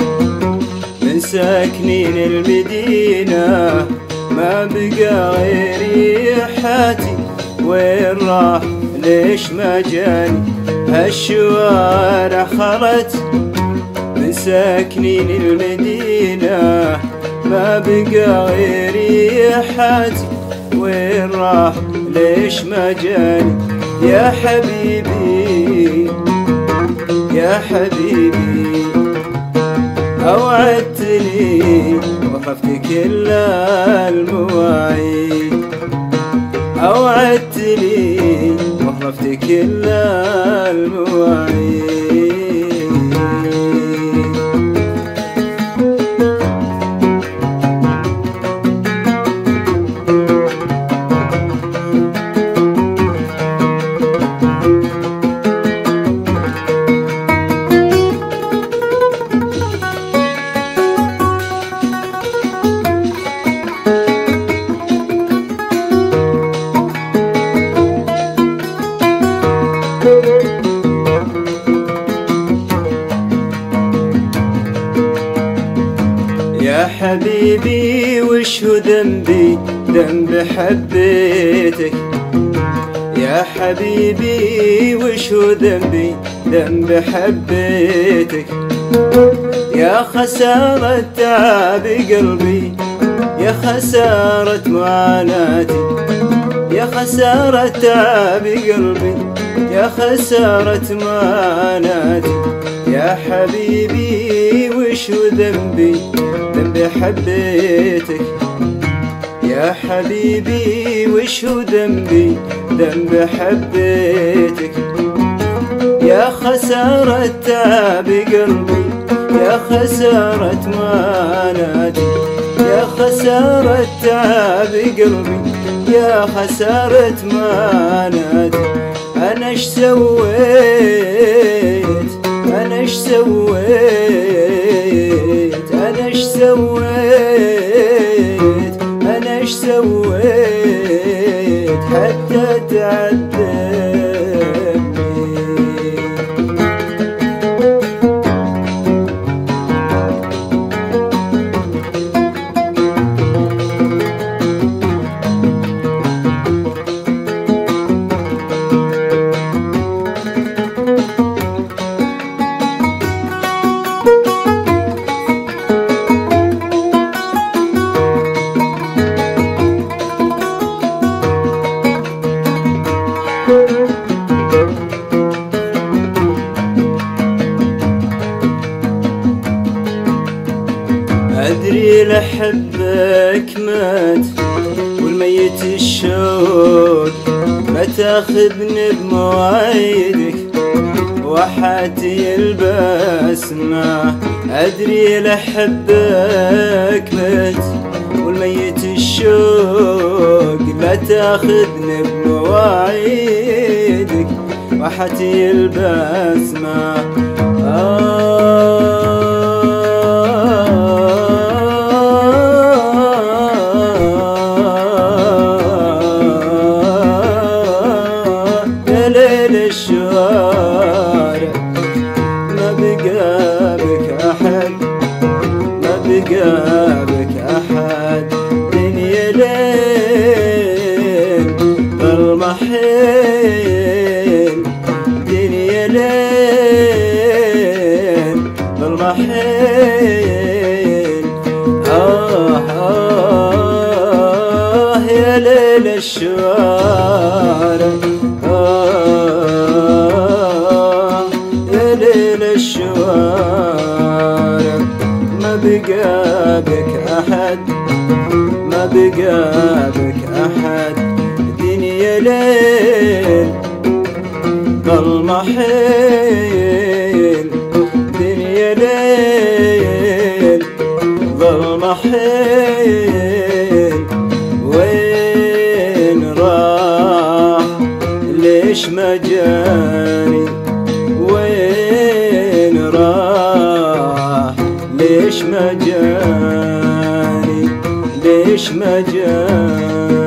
من ساكنين المدينة ما بقى غير ريحاتي، وين راح ليش ما جاني هالشوارع خلت. من ساكنين المدينة ما بقى غير ريحاتي، وين راح ليش ما جاني يا حبيبي يا حبيبي. أوعدتني وخفت كل المواعيد، أوعدتني وخلفت كل المواعيد. يا حبيبي وش هو ذنبي ذنب حبيتك، يا حبيبي وش هو ذنبي ذنب حبيتك. يا خسارة تعب قلبي، يا خسارة معاناتي، يا خسارة تعب قلبي، يا خسارة معاناتي. يا حبيبي وش هو ذنبي ذنب حبيتك، يا حبيبي وش هو ذنبي ذنب حبيتك. يا خسارة تعب قلبي، يا خسارة معاناتي، يا خسارة تعب قلبي، يا خسارة معاناتي. أنا ايش سويت أنا ايش سويت أنا ايش سويت أنا ايش سويت حتى تعذبني. أدري لحبك مات والميت الشوق، ما تاخذني بمواعيدك وحاتي البسمة. أدري لحبك مات والميت الشوق، لا تاخذني بمواعيدك وحاتي البسمة. الشوارع ما بقى بك أحد، ما بقى بك أحد. دنيا ليل ظلمة حيل، دنيا ليل ظلمة حيل. يا ليل الشوارع، الشوارع ما بقى بك أحد، ما بقى بك أحد. دنيا ليل ظلمة حيل، دنيا ليل ظلمة حيل. وين راح ليش ما جاني، وين راح ليش ما جاني، ليش ما جاني.